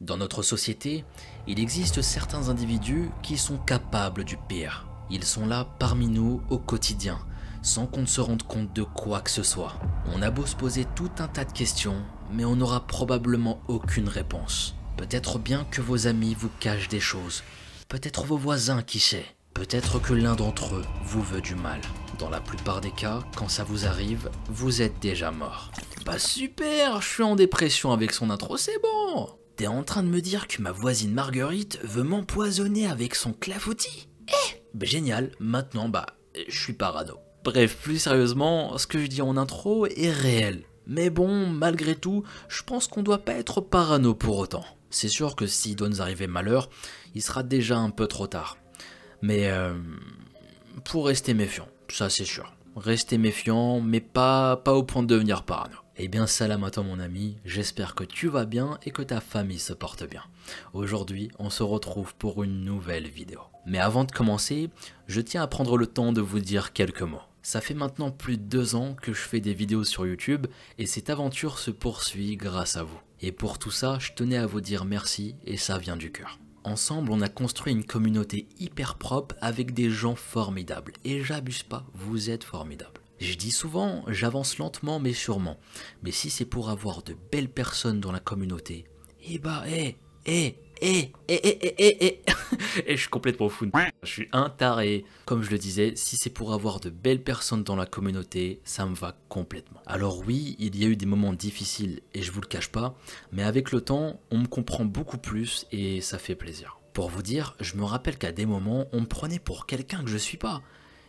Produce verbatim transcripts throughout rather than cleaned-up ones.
Dans notre société, il existe certains individus qui sont capables du pire. Ils sont là parmi nous au quotidien, sans qu'on ne se rende compte de quoi que ce soit. On a beau se poser tout un tas de questions, mais on n'aura probablement aucune réponse. Peut-être bien que vos amis vous cachent des choses, peut-être vos voisins, qui sait. Peut-être que l'un d'entre eux vous veut du mal. Dans la plupart des cas, quand ça vous arrive, vous êtes déjà mort. Bah super, je suis en dépression avec son intro, c'est bon. T'es en train de me dire que ma voisine Marguerite veut m'empoisonner avec son clafoutis? Eh bah génial, maintenant bah, je suis parano. Bref, plus sérieusement, ce que je dis en intro est réel. Mais bon, malgré tout, je pense qu'on doit pas être parano pour autant. C'est sûr que s'il doit nous arriver malheur, il sera déjà un peu trop tard. Mais euh, pour rester méfiant, ça c'est sûr. Rester méfiant, mais pas, pas au point de devenir parano. Eh bien salam à toi mon ami, j'espère que tu vas bien et que ta famille se porte bien. Aujourd'hui, on se retrouve pour une nouvelle vidéo. Mais avant de commencer, je tiens à prendre le temps de vous dire quelques mots. Ça fait maintenant plus de deux ans que je fais des vidéos sur YouTube et cette aventure se poursuit grâce à vous. Et pour tout ça, je tenais à vous dire merci et ça vient du cœur. Ensemble, on a construit une communauté hyper propre avec des gens formidables. Et j'abuse pas, vous êtes formidables. Je dis souvent, j'avance lentement mais sûrement. Mais si c'est pour avoir de belles personnes dans la communauté, eh bah, eh, eh, eh, eh, eh, eh, eh, eh, et je suis complètement fou. Je suis un taré. Comme je le disais, si c'est pour avoir de belles personnes dans la communauté, ça me va complètement. Alors oui, il y a eu des moments difficiles et je vous le cache pas, mais avec le temps, on me comprend beaucoup plus et ça fait plaisir. Pour vous dire, je me rappelle qu'à des moments, on me prenait pour quelqu'un que je suis pas.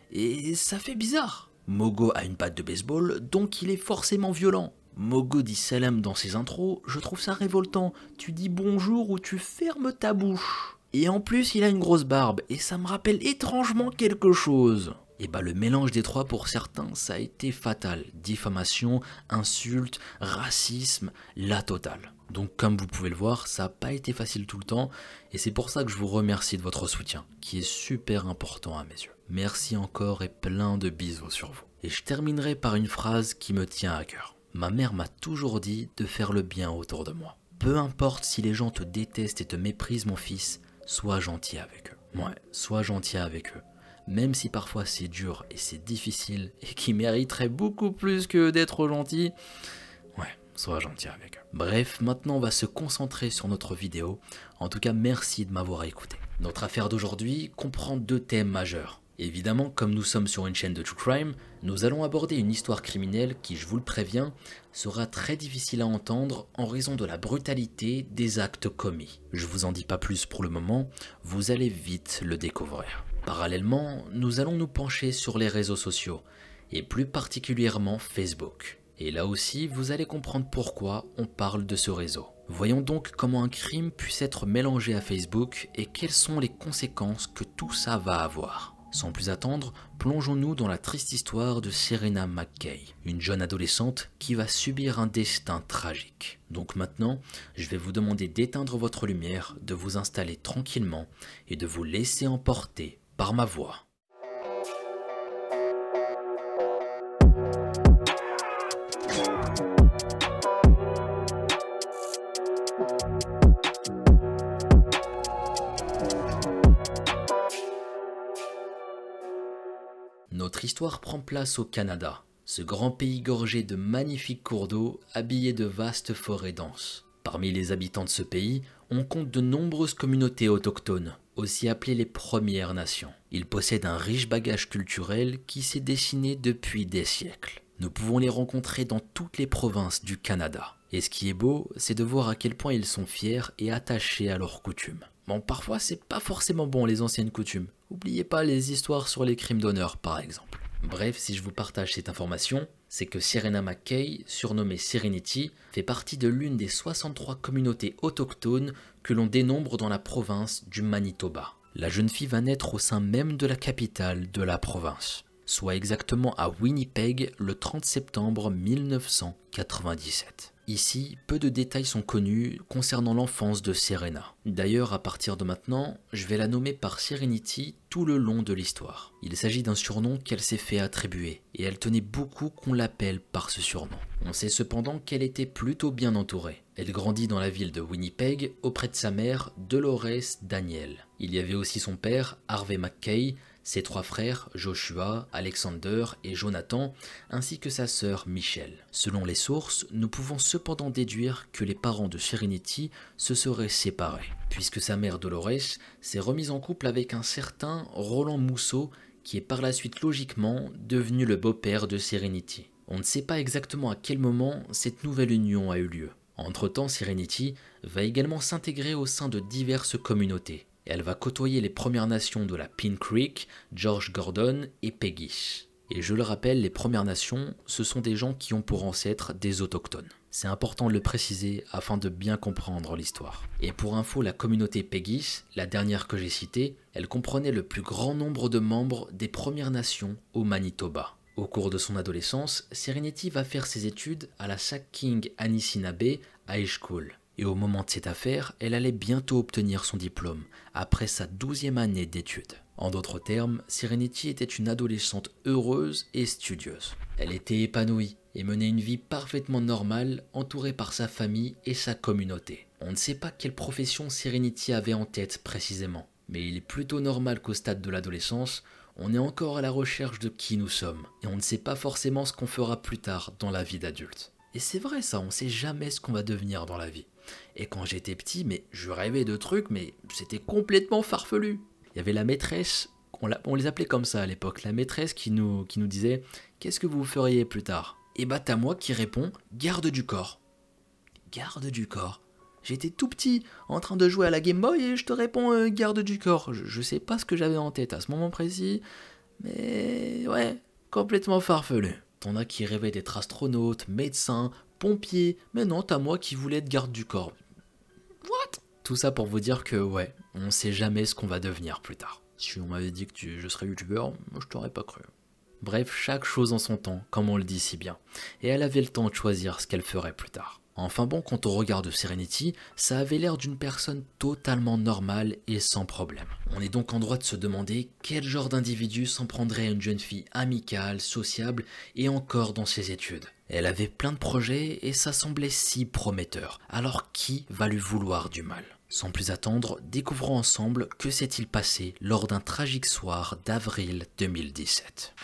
Et ça fait bizarre. Mogo a une batte de baseball, donc il est forcément violent. Mogo dit salam dans ses intros, je trouve ça révoltant. Tu dis bonjour ou tu fermes ta bouche. Et en plus, il a une grosse barbe, et ça me rappelle étrangement quelque chose. Et bah le mélange des trois pour certains, ça a été fatal. Diffamation, insulte, racisme, la totale. Donc comme vous pouvez le voir, ça n'a pas été facile tout le temps, et c'est pour ça que je vous remercie de votre soutien, qui est super important à mes yeux. Merci encore et plein de bisous sur vous. Et je terminerai par une phrase qui me tient à cœur. Ma mère m'a toujours dit de faire le bien autour de moi. Peu importe si les gens te détestent et te méprisent mon fils, sois gentil avec eux. Ouais, sois gentil avec eux. Même si parfois c'est dur et c'est difficile et qui mériterait beaucoup plus que d'être gentil, ouais, sois gentil avec eux. Bref, maintenant on va se concentrer sur notre vidéo. En tout cas, merci de m'avoir écouté. Notre affaire d'aujourd'hui comprend deux thèmes majeurs. Évidemment, comme nous sommes sur une chaîne de True Crime, nous allons aborder une histoire criminelle qui, je vous le préviens, sera très difficile à entendre en raison de la brutalité des actes commis. Je vous en dis pas plus pour le moment, vous allez vite le découvrir. Parallèlement, nous allons nous pencher sur les réseaux sociaux, et plus particulièrement Facebook. Et là aussi, vous allez comprendre pourquoi on parle de ce réseau. Voyons donc comment un crime puisse être mélangé à Facebook et quelles sont les conséquences que tout ça va avoir. Sans plus attendre, plongeons-nous dans la triste histoire de Serena McKay, une jeune adolescente qui va subir un destin tragique. Donc maintenant, je vais vous demander d'éteindre votre lumière, de vous installer tranquillement et de vous laisser emporter par ma voix. Notre histoire prend place au Canada, ce grand pays gorgé de magnifiques cours d'eau habillés de vastes forêts denses. Parmi les habitants de ce pays, on compte de nombreuses communautés autochtones, aussi appelées les Premières Nations. Ils possèdent un riche bagage culturel qui s'est dessiné depuis des siècles. Nous pouvons les rencontrer dans toutes les provinces du Canada. Et ce qui est beau, c'est de voir à quel point ils sont fiers et attachés à leurs coutumes. Bon, parfois c'est pas forcément bon les anciennes coutumes. N'oubliez pas les histoires sur les crimes d'honneur par exemple. Bref, si je vous partage cette information, c'est que Serena McKay, surnommée Serenity, fait partie de l'une des soixante-trois communautés autochtones que l'on dénombre dans la province du Manitoba. La jeune fille va naître au sein même de la capitale de la province, soit exactement à Winnipeg le trente septembre mille neuf cent quatre-vingt-dix-sept. Ici, peu de détails sont connus concernant l'enfance de Serena. D'ailleurs, à partir de maintenant, je vais la nommer par Serenity tout le long de l'histoire. Il s'agit d'un surnom qu'elle s'est fait attribuer, et elle tenait beaucoup qu'on l'appelle par ce surnom. On sait cependant qu'elle était plutôt bien entourée. Elle grandit dans la ville de Winnipeg auprès de sa mère, Dolores Daniel. Il y avait aussi son père, Harvey McKay, ses trois frères, Joshua, Alexander et Jonathan, ainsi que sa sœur Michelle. Selon les sources, nous pouvons cependant déduire que les parents de Serenity se seraient séparés, puisque sa mère Dolores s'est remise en couple avec un certain Roland Mousseau, qui est par la suite logiquement devenu le beau-père de Serenity. On ne sait pas exactement à quel moment cette nouvelle union a eu lieu. Entre-temps, Serenity va également s'intégrer au sein de diverses communautés. Elle va côtoyer les Premières Nations de la Pine Creek, George Gordon et Peggy. Et je le rappelle, les Premières Nations, ce sont des gens qui ont pour ancêtres des autochtones. C'est important de le préciser afin de bien comprendre l'histoire. Et pour info, la communauté Peggy, la dernière que j'ai citée, elle comprenait le plus grand nombre de membres des Premières Nations au Manitoba. Au cours de son adolescence, Serenity va faire ses études à la Sackking Anishinaabe High School. Et au moment de cette affaire, elle allait bientôt obtenir son diplôme, après sa douzième année d'études. En d'autres termes, Serenity était une adolescente heureuse et studieuse. Elle était épanouie et menait une vie parfaitement normale, entourée par sa famille et sa communauté. On ne sait pas quelle profession Serenity avait en tête précisément, mais il est plutôt normal qu'au stade de l'adolescence, on est encore à la recherche de qui nous sommes, et on ne sait pas forcément ce qu'on fera plus tard dans la vie d'adulte. Et c'est vrai ça, on ne sait jamais ce qu'on va devenir dans la vie. Et quand j'étais petit, mais je rêvais de trucs, mais c'était complètement farfelu. Il y avait la maîtresse, on, la, on les appelait comme ça à l'époque, la maîtresse qui nous, qui nous disait « Qu'est-ce que vous feriez plus tard ?» Et bah t'as moi qui réponds « Garde du corps ». Garde du corps. J'étais tout petit, en train de jouer à la Game Boy et je te réponds euh, « Garde du corps ». Je, je sais pas ce que j'avais en tête à ce moment précis, mais ouais, complètement farfelu. T'en as qui rêvaient d'être astronaute, médecin, pompier, mais non, t'as moi qui voulais être garde du corps. What? Tout ça pour vous dire que ouais, on sait jamais ce qu'on va devenir plus tard. Si on m'avait dit que tu, je serais youtubeur, je t'aurais pas cru. Bref, chaque chose en son temps, comme on le dit si bien. Et elle avait le temps de choisir ce qu'elle ferait plus tard. Enfin bon, quand on regarde Serenity, ça avait l'air d'une personne totalement normale et sans problème. On est donc en droit de se demander quel genre d'individu s'en prendrait à une jeune fille amicale, sociable et encore dans ses études. Elle avait plein de projets et ça semblait si prometteur. Alors qui va lui vouloir du mal? Sans plus attendre, découvrons ensemble que s'est-il passé lors d'un tragique soir d'avril deux mille dix-sept.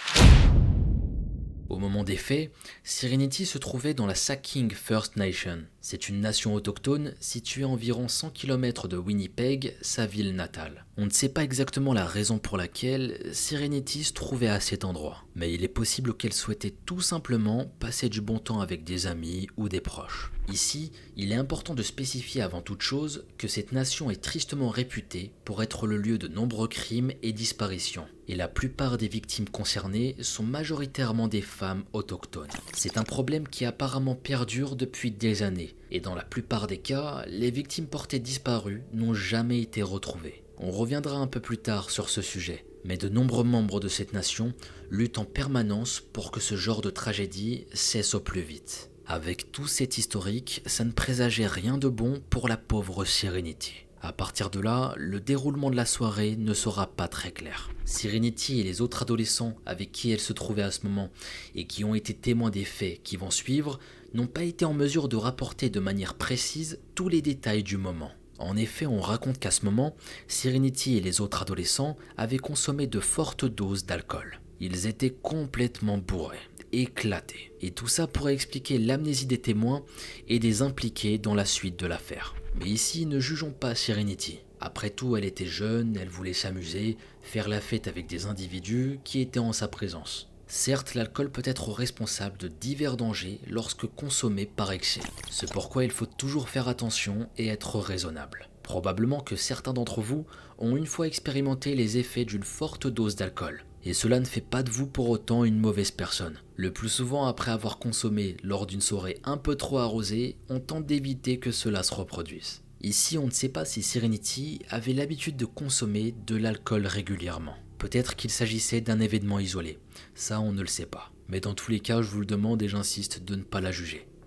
Au moment des faits, Serenity se trouvait dans la Sackking First Nation. C'est une nation autochtone située à environ cent kilomètres de Winnipeg, sa ville natale. On ne sait pas exactement la raison pour laquelle Serenity se trouvait à cet endroit, mais il est possible qu'elle souhaitait tout simplement passer du bon temps avec des amis ou des proches. Ici, il est important de spécifier avant toute chose que cette nation est tristement réputée pour être le lieu de nombreux crimes et disparitions, et la plupart des victimes concernées sont majoritairement des femmes autochtones. C'est un problème qui apparemment perdure depuis des années, et dans la plupart des cas, les victimes portées disparues n'ont jamais été retrouvées. On reviendra un peu plus tard sur ce sujet, mais de nombreux membres de cette nation luttent en permanence pour que ce genre de tragédie cesse au plus vite. Avec tout cet historique, ça ne présageait rien de bon pour la pauvre Serenity. À partir de là, le déroulement de la soirée ne sera pas très clair. Serenity et les autres adolescents avec qui elle se trouvait à ce moment et qui ont été témoins des faits qui vont suivre n'ont pas été en mesure de rapporter de manière précise tous les détails du moment. En effet, on raconte qu'à ce moment, Serenity et les autres adolescents avaient consommé de fortes doses d'alcool. Ils étaient complètement bourrés, éclatés. Et tout ça pourrait expliquer l'amnésie des témoins et des impliqués dans la suite de l'affaire. Mais ici, ne jugeons pas Serenity. Après tout, elle était jeune, elle voulait s'amuser, faire la fête avec des individus qui étaient en sa présence. Certes, l'alcool peut être responsable de divers dangers lorsque consommé par excès. C'est pourquoi il faut toujours faire attention et être raisonnable. Probablement que certains d'entre vous ont une fois expérimenté les effets d'une forte dose d'alcool. Et cela ne fait pas de vous pour autant une mauvaise personne. Le plus souvent, après avoir consommé lors d'une soirée un peu trop arrosée, on tente d'éviter que cela se reproduise. Ici, on ne sait pas si Serenity avait l'habitude de consommer de l'alcool régulièrement. Peut-être qu'il s'agissait d'un événement isolé, ça on ne le sait pas. Mais dans tous les cas, je vous le demande et j'insiste de ne pas la juger.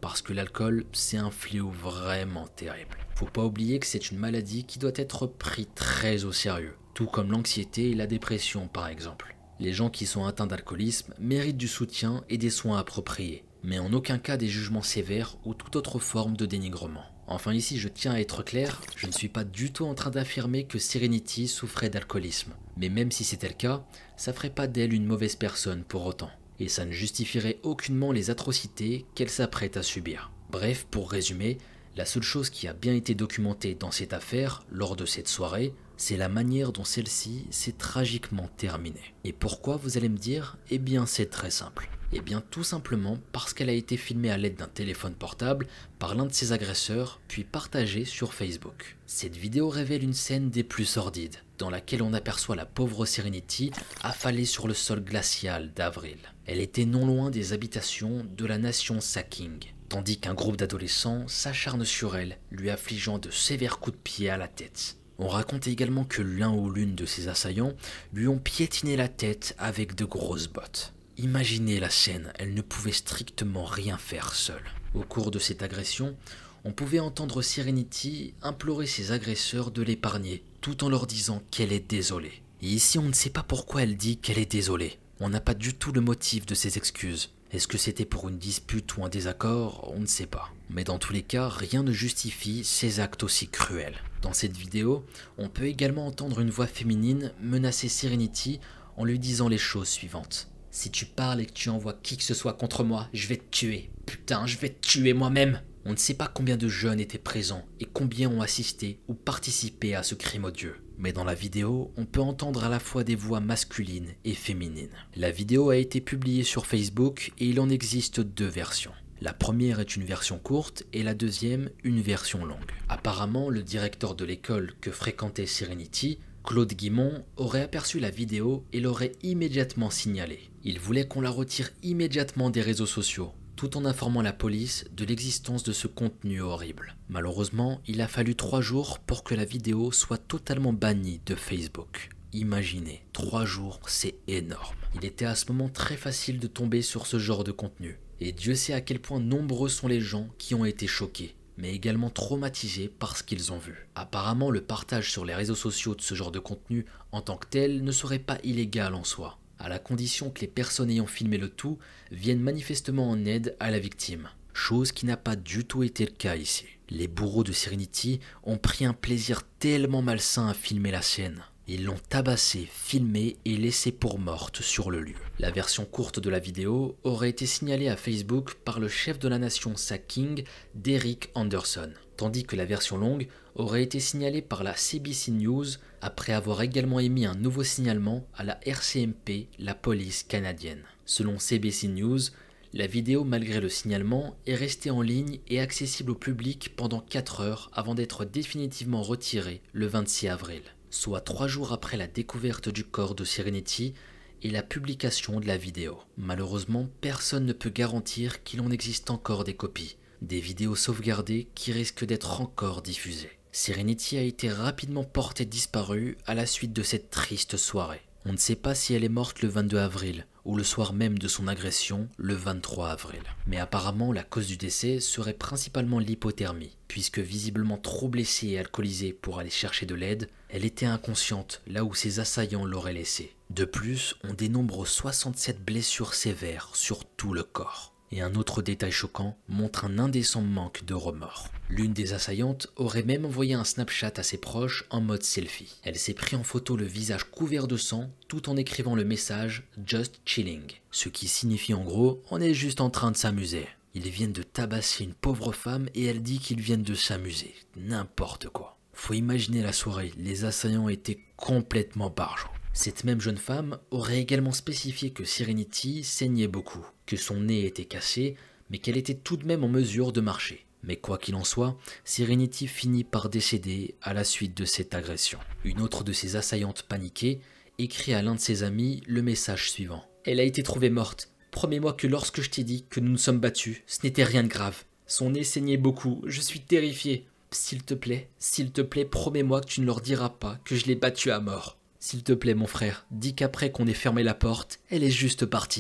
parce que l'alcool, c'est un fléau vraiment terrible. Faut pas oublier que c'est une maladie qui doit être prise très au sérieux, tout comme l'anxiété et la dépression par exemple. Les gens qui sont atteints d'alcoolisme méritent du soutien et des soins appropriés, mais en aucun cas des jugements sévères ou toute autre forme de dénigrement. Enfin ici je tiens à être clair, je ne suis pas du tout en train d'affirmer que Serenity souffrait d'alcoolisme, mais même si c'était le cas, ça ferait pas d'elle une mauvaise personne pour autant, et ça ne justifierait aucunement les atrocités qu'elle s'apprête à subir. Bref, pour résumer, la seule chose qui a bien été documentée dans cette affaire, lors de cette soirée, c'est la manière dont celle-ci s'est tragiquement terminée. Et pourquoi, vous allez me dire? Eh bien c'est très simple. Eh bien tout simplement parce qu'elle a été filmée à l'aide d'un téléphone portable par l'un de ses agresseurs, puis partagée sur Facebook. Cette vidéo révèle une scène des plus sordides, dans laquelle on aperçoit la pauvre Serenity affalée sur le sol glacial d'Avril. Elle était non loin des habitations de la nation Saking, tandis qu'un groupe d'adolescents s'acharne sur elle, lui affligeant de sévères coups de pied à la tête. On raconte également que l'un ou l'une de ses assaillants lui ont piétiné la tête avec de grosses bottes. Imaginez la scène, elle ne pouvait strictement rien faire seule. Au cours de cette agression, on pouvait entendre Serenity implorer ses agresseurs de l'épargner, tout en leur disant qu'elle est désolée. Et ici on ne sait pas pourquoi elle dit qu'elle est désolée. On n'a pas du tout le motif de ses excuses. Est-ce que c'était pour une dispute ou un désaccord? On ne sait pas. Mais dans tous les cas, rien ne justifie ces actes aussi cruels. Dans cette vidéo, on peut également entendre une voix féminine menacer Serenity en lui disant les choses suivantes. « Si tu parles et que tu envoies qui que ce soit contre moi, je vais te tuer. Putain, je vais te tuer moi-même !» On ne sait pas combien de jeunes étaient présents et combien ont assisté ou participé à ce crime odieux. Mais dans la vidéo, on peut entendre à la fois des voix masculines et féminines. La vidéo a été publiée sur Facebook et il en existe deux versions. La première est une version courte et la deuxième une version longue. Apparemment, le directeur de l'école que fréquentait Serenity, Claude Guimond, aurait aperçu la vidéo et l'aurait immédiatement signalée. Il voulait qu'on la retire immédiatement des réseaux sociaux, tout en informant la police de l'existence de ce contenu horrible. Malheureusement, il a fallu trois jours pour que la vidéo soit totalement bannie de Facebook. Imaginez, trois jours, c'est énorme. Il était à ce moment très facile de tomber sur ce genre de contenu. Et Dieu sait à quel point nombreux sont les gens qui ont été choqués, mais également traumatisés par ce qu'ils ont vu. Apparemment, le partage sur les réseaux sociaux de ce genre de contenu en tant que tel ne serait pas illégal en soi, à la condition que les personnes ayant filmé le tout viennent manifestement en aide à la victime, chose qui n'a pas du tout été le cas ici. Les bourreaux de Serenity ont pris un plaisir tellement malsain à filmer la scène. Ils l'ont tabassée, filmée et laissée pour morte sur le lieu. La version courte de la vidéo aurait été signalée à Facebook par le chef de la nation Saking, Derek Anderson, tandis que la version longue aurait été signalée par la C B C News après avoir également émis un nouveau signalement à la R C M P, la police canadienne. Selon C B C News, la vidéo, malgré le signalement, est restée en ligne et accessible au public pendant quatre heures avant d'être définitivement retirée le vingt-six avril. Soit trois jours après la découverte du corps de Serenity et la publication de la vidéo. Malheureusement, personne ne peut garantir qu'il en existe encore des copies, des vidéos sauvegardées qui risquent d'être encore diffusées. Serenity a été rapidement portée disparue à la suite de cette triste soirée. On ne sait pas si elle est morte le vingt-deux avril ou le soir même de son agression, le vingt-trois avril. Mais apparemment, la cause du décès serait principalement l'hypothermie, puisque visiblement trop blessée et alcoolisée pour aller chercher de l'aide, elle était inconsciente là où ses assaillants l'auraient laissée. De plus, on dénombre soixante-sept blessures sévères sur tout le corps. Et un autre détail choquant montre un indécent manque de remords. L'une des assaillantes aurait même envoyé un Snapchat à ses proches en mode selfie. Elle s'est pris en photo le visage couvert de sang tout en écrivant le message « Just chilling », ce qui signifie en gros « on est juste en train de s'amuser ». Ils viennent de tabasser une pauvre femme et elle dit qu'ils viennent de s'amuser. N'importe quoi. Faut imaginer la soirée, les assaillants étaient complètement barjots. Cette même jeune femme aurait également spécifié que Serenity saignait beaucoup, que son nez était cassé, mais qu'elle était tout de même en mesure de marcher. Mais quoi qu'il en soit, Serenity finit par décéder à la suite de cette agression. Une autre de ses assaillantes paniquée écrit à l'un de ses amis le message suivant. « Elle a été trouvée morte. Promets-moi que lorsque je t'ai dit que nous nous sommes battus, ce n'était rien de grave. Son nez saignait beaucoup, je suis terrifié. S'il te plaît, s'il te plaît, promets-moi que tu ne leur diras pas que je l'ai battue à mort. S'il te plaît mon frère, dis qu'après qu'on ait fermé la porte, elle est juste partie.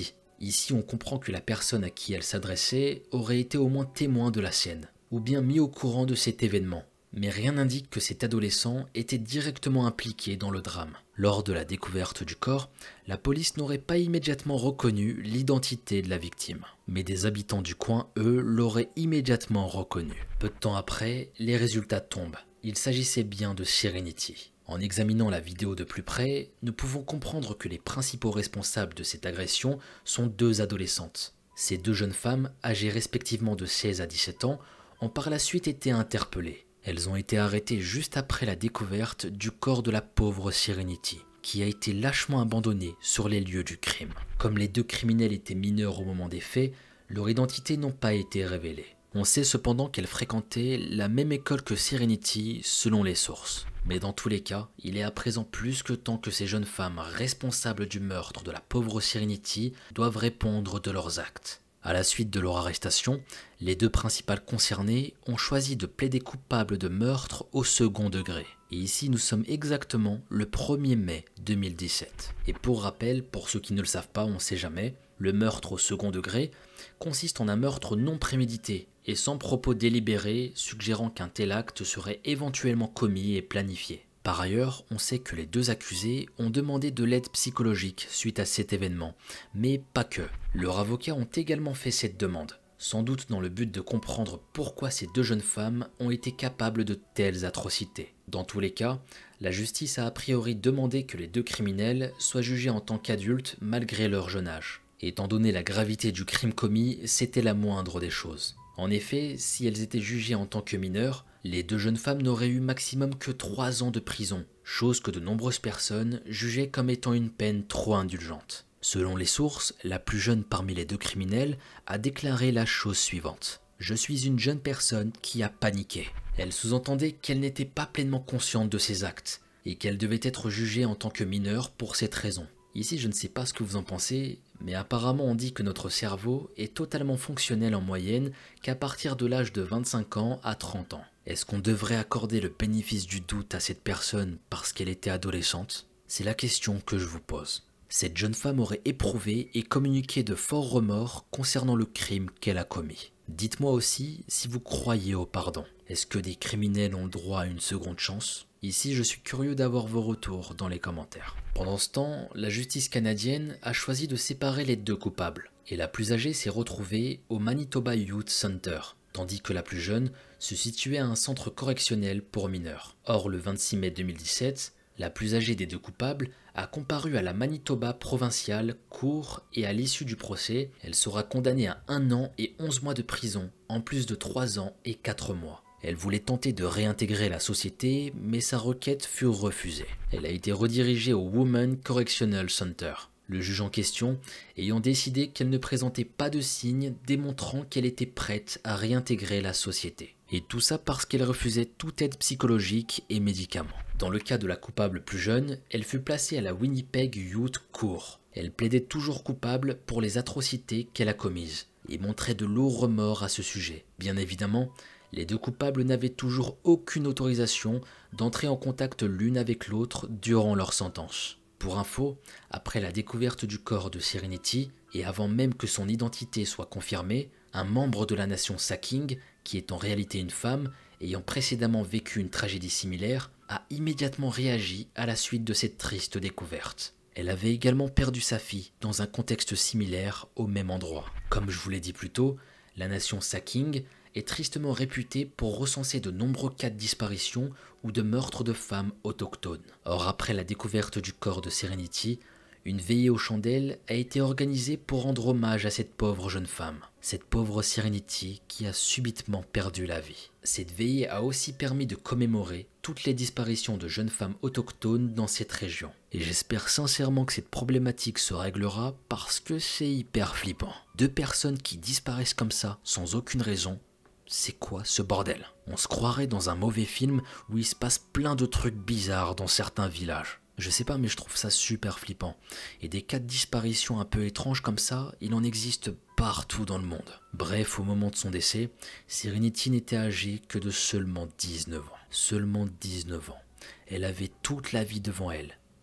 Ici, on comprend que la personne à qui elle s'adressait aurait été au moins témoin de la scène, ou bien mis au courant de cet événement. Mais rien n'indique que cet adolescent était directement impliqué dans le drame. Lors de la découverte du corps, la police n'aurait pas immédiatement reconnu l'identité de la victime. Mais des habitants du coin, eux, l'auraient immédiatement reconnu. Peu de temps après, les résultats tombent. Il s'agissait bien de Serenity. En examinant la vidéo de plus près, nous pouvons comprendre que les principaux responsables de cette agression sont deux adolescentes. Ces deux jeunes femmes, âgées respectivement de seize à dix-sept ans, ont par la suite été interpellées. Elles ont été arrêtées juste après la découverte du corps de la pauvre Serenity, qui a été lâchement abandonnée sur les lieux du crime. Comme les deux criminels étaient mineurs au moment des faits, leur identité n'a pas été révélée. On sait cependant qu'elles fréquentaient la même école que Serenity selon les sources. Mais dans tous les cas, il est à présent plus que temps que ces jeunes femmes responsables du meurtre de la pauvre Serenity doivent répondre de leurs actes. À la suite de leur arrestation, les deux principales concernées ont choisi de plaider coupables de meurtre au second degré. Et ici, nous sommes exactement le premier mai deux mille dix-sept. Et pour rappel, pour ceux qui ne le savent pas, on ne sait jamais, le meurtre au second degré consiste en un meurtre non prémédité et sans propos délibéré suggérant qu'un tel acte serait éventuellement commis et planifié. Par ailleurs, on sait que les deux accusés ont demandé de l'aide psychologique suite à cet événement, mais pas que. Leurs avocats ont également fait cette demande, sans doute dans le but de comprendre pourquoi ces deux jeunes femmes ont été capables de telles atrocités. Dans tous les cas, la justice a a priori demandé que les deux criminels soient jugés en tant qu'adultes malgré leur jeune âge. Étant donné la gravité du crime commis, c'était la moindre des choses. En effet, si elles étaient jugées en tant que mineures, les deux jeunes femmes n'auraient eu maximum que trois ans de prison, chose que de nombreuses personnes jugeaient comme étant une peine trop indulgente. Selon les sources, la plus jeune parmi les deux criminels a déclaré la chose suivante. « Je suis une jeune personne qui a paniqué ». Elle sous-entendait qu'elle n'était pas pleinement consciente de ses actes et qu'elle devait être jugée en tant que mineure pour cette raison. Ici, je ne sais pas ce que vous en pensez, mais apparemment on dit que notre cerveau est totalement fonctionnel en moyenne qu'à partir de l'âge de vingt-cinq ans à trente ans. Est-ce qu'on devrait accorder le bénéfice du doute à cette personne parce qu'elle était adolescente? C'est la question que je vous pose. Cette jeune femme aurait éprouvé et communiqué de forts remords concernant le crime qu'elle a commis. Dites-moi aussi si vous croyez au pardon. Est-ce que des criminels ont le droit à une seconde chance? Ici, je suis curieux d'avoir vos retours dans les commentaires. Pendant ce temps, la justice canadienne a choisi de séparer les deux coupables, et la plus âgée s'est retrouvée au Manitoba Youth Center, tandis que la plus jeune se situait à un centre correctionnel pour mineurs. Or, le vingt-six mai deux mille dix-sept, la plus âgée des deux coupables a comparu à la Manitoba provinciale cour et à l'issue du procès, elle sera condamnée à un an et onze mois de prison, en plus de trois ans et quatre mois. Elle voulait tenter de réintégrer la société, mais sa requête fut refusée. Elle a été redirigée au Women Correctional Center. Le juge en question ayant décidé qu'elle ne présentait pas de signes démontrant qu'elle était prête à réintégrer la société. Et tout ça parce qu'elle refusait toute aide psychologique et médicaments. Dans le cas de la coupable plus jeune, elle fut placée à la Winnipeg Youth Court. Elle plaidait toujours coupable pour les atrocités qu'elle a commises et montrait de lourds remords à ce sujet. Bien évidemment, les deux coupables n'avaient toujours aucune autorisation d'entrer en contact l'une avec l'autre durant leur sentence. Pour info, après la découverte du corps de Serenity, et avant même que son identité soit confirmée, un membre de la nation Saking, qui est en réalité une femme, ayant précédemment vécu une tragédie similaire, a immédiatement réagi à la suite de cette triste découverte. Elle avait également perdu sa fille dans un contexte similaire au même endroit. Comme je vous l'ai dit plus tôt, la nation Saking est tristement réputée pour recenser de nombreux cas de disparition ou de meurtre de femmes autochtones. Or, après la découverte du corps de Serenity, une veillée aux chandelles a été organisée pour rendre hommage à cette pauvre jeune femme, cette pauvre Serenity qui a subitement perdu la vie. Cette veillée a aussi permis de commémorer toutes les disparitions de jeunes femmes autochtones dans cette région. Et j'espère sincèrement que cette problématique se réglera parce que c'est hyper flippant. Deux personnes qui disparaissent comme ça, sans aucune raison, c'est quoi ce bordel? On se croirait dans un mauvais film où il se passe plein de trucs bizarres dans certains villages. Je sais pas, mais je trouve ça super flippant. Et des cas de disparition un peu étranges comme ça, il en existe partout dans le monde. Bref, au moment de son décès, Serenity n'était âgée que de seulement dix-neuf ans. Seulement dix-neuf ans. Elle avait toute la vie devant elle.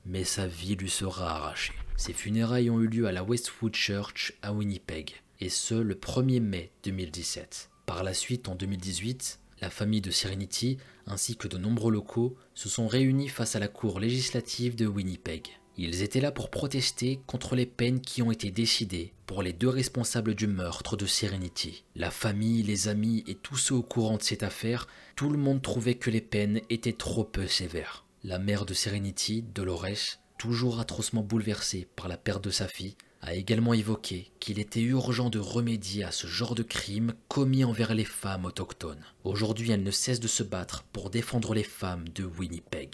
mais sa vie lui sera arrachée. Ses funérailles ont eu lieu à la Westwood Church à Winnipeg, et ce le premier mai deux mille dix-sept. Par la suite, en deux mille dix-huit, la famille de Serenity ainsi que de nombreux locaux se sont réunis face à la cour législative de Winnipeg. Ils étaient là pour protester contre les peines qui ont été décidées pour les deux responsables du meurtre de Serenity. La famille, les amis et tous ceux au courant de cette affaire, tout le monde trouvait que les peines étaient trop peu sévères. La mère de Serenity, Dolores, toujours atrocement bouleversée par la perte de sa fille, a également évoqué qu'il était urgent de remédier à ce genre de crime commis envers les femmes autochtones. Aujourd'hui, elle ne cesse de se battre pour défendre les femmes de Winnipeg.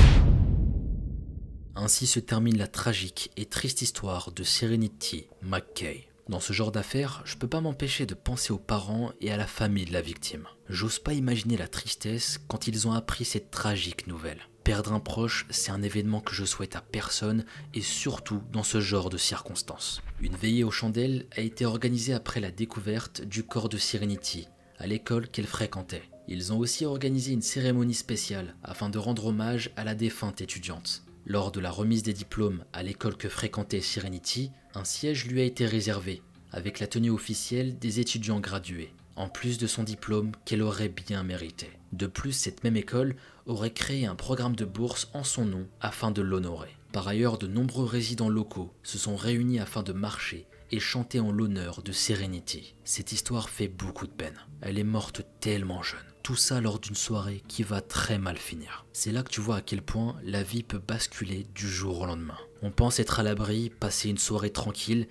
Ainsi se termine la tragique et triste histoire de Serenity McKay. Dans ce genre d'affaires, je peux pas m'empêcher de penser aux parents et à la famille de la victime. J'ose pas imaginer la tristesse quand ils ont appris cette tragique nouvelle. Perdre un proche, c'est un événement que je souhaite à personne et surtout dans ce genre de circonstances. Une veillée aux chandelles a été organisée après la découverte du corps de Serenity à l'école qu'elle fréquentait. Ils ont aussi organisé une cérémonie spéciale afin de rendre hommage à la défunte étudiante. Lors de la remise des diplômes à l'école que fréquentait Serenity, un siège lui a été réservé, avec la tenue officielle des étudiants gradués, en plus de son diplôme qu'elle aurait bien mérité. De plus, cette même école aurait créé un programme de bourse en son nom afin de l'honorer. Par ailleurs, de nombreux résidents locaux se sont réunis afin de marcher et chanter en l'honneur de Serenity. Cette histoire fait beaucoup de peine. Elle est morte tellement jeune. Tout ça lors d'une soirée qui va très mal finir. C'est là que tu vois à quel point la vie peut basculer du jour au lendemain. On pense être à l'abri, passer une soirée tranquille,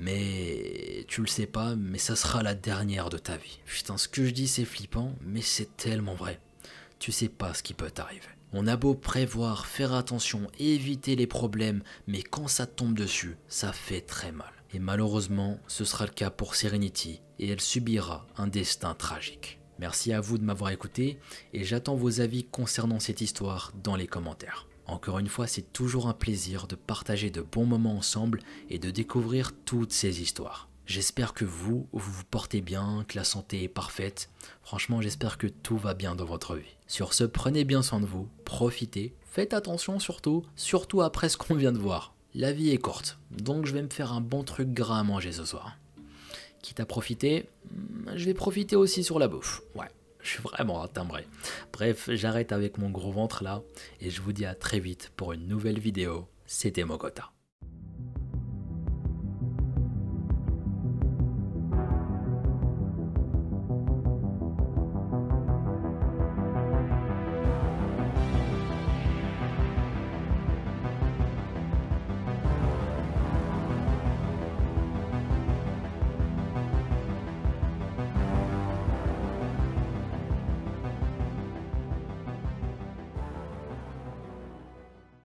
mais tu le sais pas, mais ça sera la dernière de ta vie. Putain, ce que je dis c'est flippant, mais c'est tellement vrai. Tu sais pas ce qui peut t'arriver. On a beau prévoir, faire attention, éviter les problèmes, mais quand ça tombe dessus, ça fait très mal. Et malheureusement, ce sera le cas pour Serenity, et elle subira un destin tragique. Merci à vous de m'avoir écouté, et j'attends vos avis concernant cette histoire dans les commentaires. Encore une fois, c'est toujours un plaisir de partager de bons moments ensemble et de découvrir toutes ces histoires. J'espère que vous, vous vous portez bien, que la santé est parfaite. Franchement, j'espère que tout va bien dans votre vie. Sur ce, prenez bien soin de vous, profitez, faites attention surtout, surtout après ce qu'on vient de voir. La vie est courte, donc je vais me faire un bon truc gras à manger ce soir. Quitte à profiter, je vais profiter aussi sur la bouffe. Ouais, je suis vraiment timbré. Bref, j'arrête avec mon gros ventre là, et je vous dis à très vite pour une nouvelle vidéo. C'était Mokota.